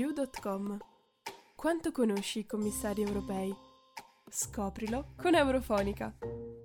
you.com. Quanto conosci i commissari europei? Scoprilo con Eurofonica.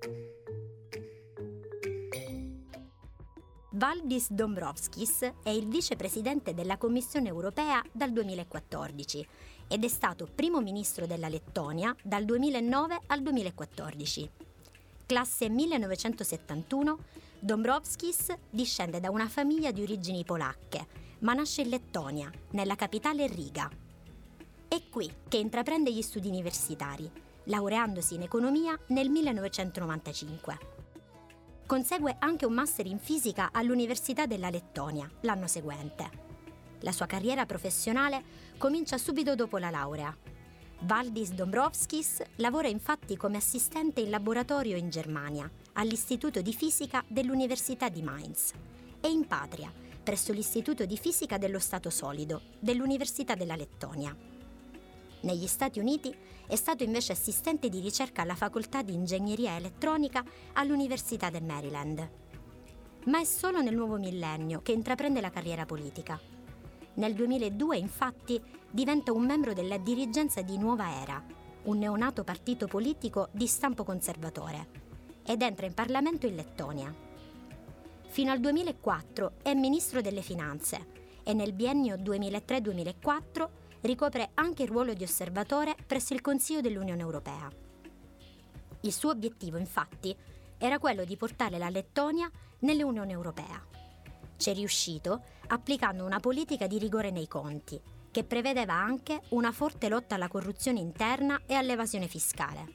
Valdis Dombrovskis è il vicepresidente della Commissione europea dal 2014 ed è stato primo ministro della Lettonia dal 2009 al 2014. Classe 1971, Dombrovskis discende da una famiglia di origini polacche, ma nasce in Lettonia, nella capitale Riga. È qui che intraprende gli studi universitari, laureandosi in economia nel 1995. Consegue anche un master in fisica all'Università della Lettonia l'anno seguente. La sua carriera professionale comincia subito dopo la laurea. Valdis Dombrovskis lavora infatti come assistente in laboratorio in Germania, all'Istituto di Fisica dell'Università di Mainz, e in patria, presso l'Istituto di Fisica dello Stato Solido dell'Università della Lettonia. Negli Stati Uniti è stato invece assistente di ricerca alla facoltà di ingegneria elettronica all'Università del Maryland. Ma è solo nel nuovo millennio che intraprende la carriera politica. Nel 2002, infatti, diventa un membro della dirigenza di Nuova Era, un neonato partito politico di stampo conservatore, ed entra in Parlamento in Lettonia. Fino al 2004 è ministro delle Finanze e nel biennio 2003-2004 ricopre anche il ruolo di osservatore presso il Consiglio dell'Unione Europea. Il suo obiettivo, infatti, era quello di portare la Lettonia nell'Unione Europea. C'è riuscito applicando una politica di rigore nei conti, che prevedeva anche una forte lotta alla corruzione interna e all'evasione fiscale.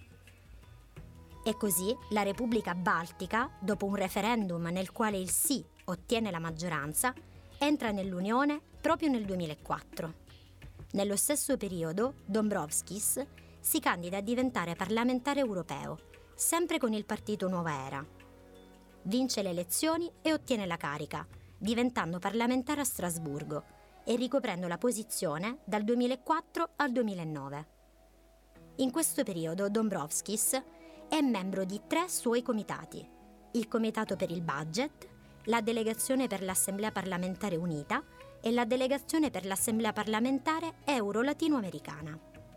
E così la Repubblica Baltica, dopo un referendum nel quale il sì ottiene la maggioranza, entra nell'Unione proprio nel 2004. Nello stesso periodo, Dombrovskis si candida a diventare parlamentare europeo, sempre con il partito Nuova Era. Vince le elezioni e ottiene la carica, diventando parlamentare a Strasburgo e ricoprendo la posizione dal 2004 al 2009. In questo periodo Dombrovskis è membro di 3 suoi comitati: il Comitato per il Budget, la Delegazione per l'Assemblea Parlamentare Unita e la Delegazione per l'Assemblea Parlamentare Euro-Latinoamericana.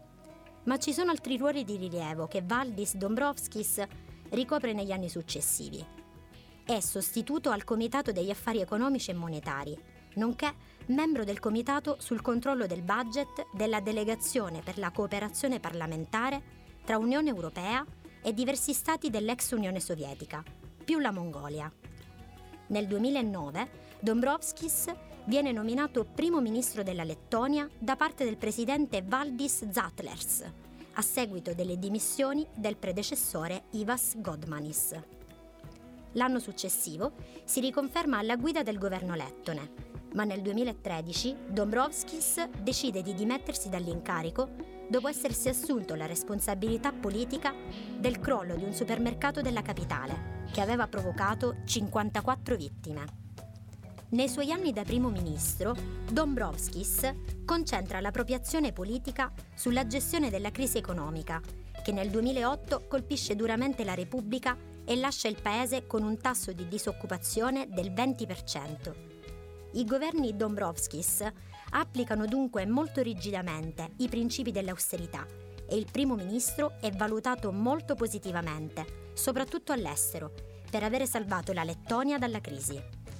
Ma ci sono altri ruoli di rilievo che Valdis Dombrovskis ricopre negli anni successivi. È sostituto al Comitato degli Affari Economici e Monetari, nonché membro del Comitato sul controllo del budget della Delegazione per la cooperazione parlamentare tra Unione Europea e diversi stati dell'ex Unione Sovietica, più la Mongolia. Nel 2009 Dombrovskis viene nominato primo ministro della Lettonia da parte del presidente Valdis Zatlers, a seguito delle dimissioni del predecessore Ivas Godmanis. L'anno successivo si riconferma alla guida del governo lettone, ma nel 2013 Dombrovskis decide di dimettersi dall'incarico dopo essersi assunto la responsabilità politica del crollo di un supermercato della capitale, che aveva provocato 54 vittime. Nei suoi anni da primo ministro, Dombrovskis concentra la propria azione politica sulla gestione della crisi economica, che nel 2008 colpisce duramente la Repubblica e lascia il paese con un tasso di disoccupazione del 20%. I governi Dombrovskis applicano dunque molto rigidamente i principi dell'austerità e il primo ministro è valutato molto positivamente, soprattutto all'estero, per avere salvato la Lettonia dalla crisi.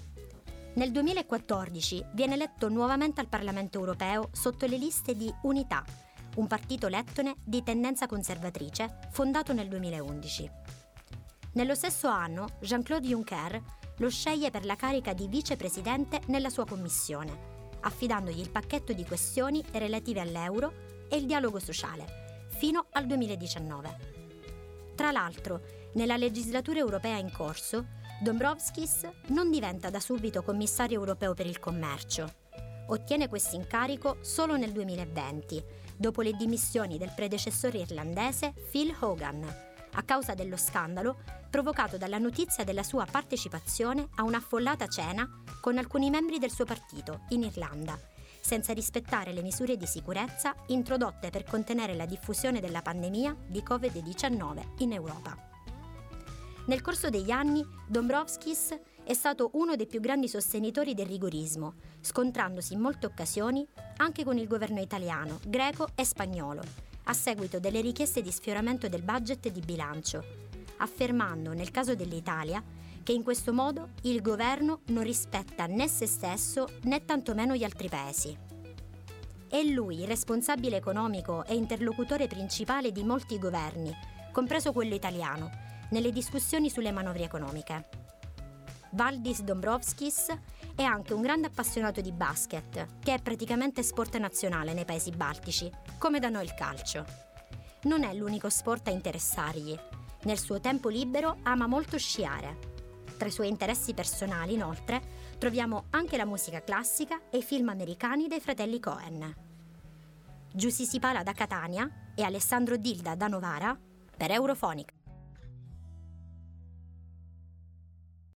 Nel 2014 viene eletto nuovamente al Parlamento europeo sotto le liste di Unità, un partito lettone di tendenza conservatrice fondato nel 2011. Nello stesso anno Jean-Claude Juncker lo sceglie per la carica di vicepresidente nella sua commissione, affidandogli il pacchetto di questioni relative all'euro e il dialogo sociale, fino al 2019. Tra l'altro, nella legislatura europea in corso, Dombrovskis non diventa da subito commissario europeo per il commercio. Ottiene questo incarico solo nel 2020, dopo le dimissioni del predecessore irlandese Phil Hogan, a causa dello scandalo provocato dalla notizia della sua partecipazione a un'affollata cena con alcuni membri del suo partito in Irlanda, senza rispettare le misure di sicurezza introdotte per contenere la diffusione della pandemia di Covid-19 in Europa. Nel corso degli anni, Dombrovskis è stato uno dei più grandi sostenitori del rigorismo, scontrandosi in molte occasioni anche con il governo italiano, greco e spagnolo, a seguito delle richieste di sfioramento del budget di bilancio, affermando nel caso dell'Italia che in questo modo il governo non rispetta né se stesso né tantomeno gli altri paesi. È lui il responsabile economico e interlocutore principale di molti governi, compreso quello italiano, nelle discussioni sulle manovre economiche. Valdis Dombrovskis è anche un grande appassionato di basket, che è praticamente sport nazionale nei paesi baltici, come da noi il calcio. Non è l'unico sport a interessargli. Nel suo tempo libero ama molto sciare. Tra i suoi interessi personali, inoltre, troviamo anche la musica classica e i film americani dei fratelli Coen. Giussi Sipala da Catania e Alessandro Dilda da Novara per Eurofonica.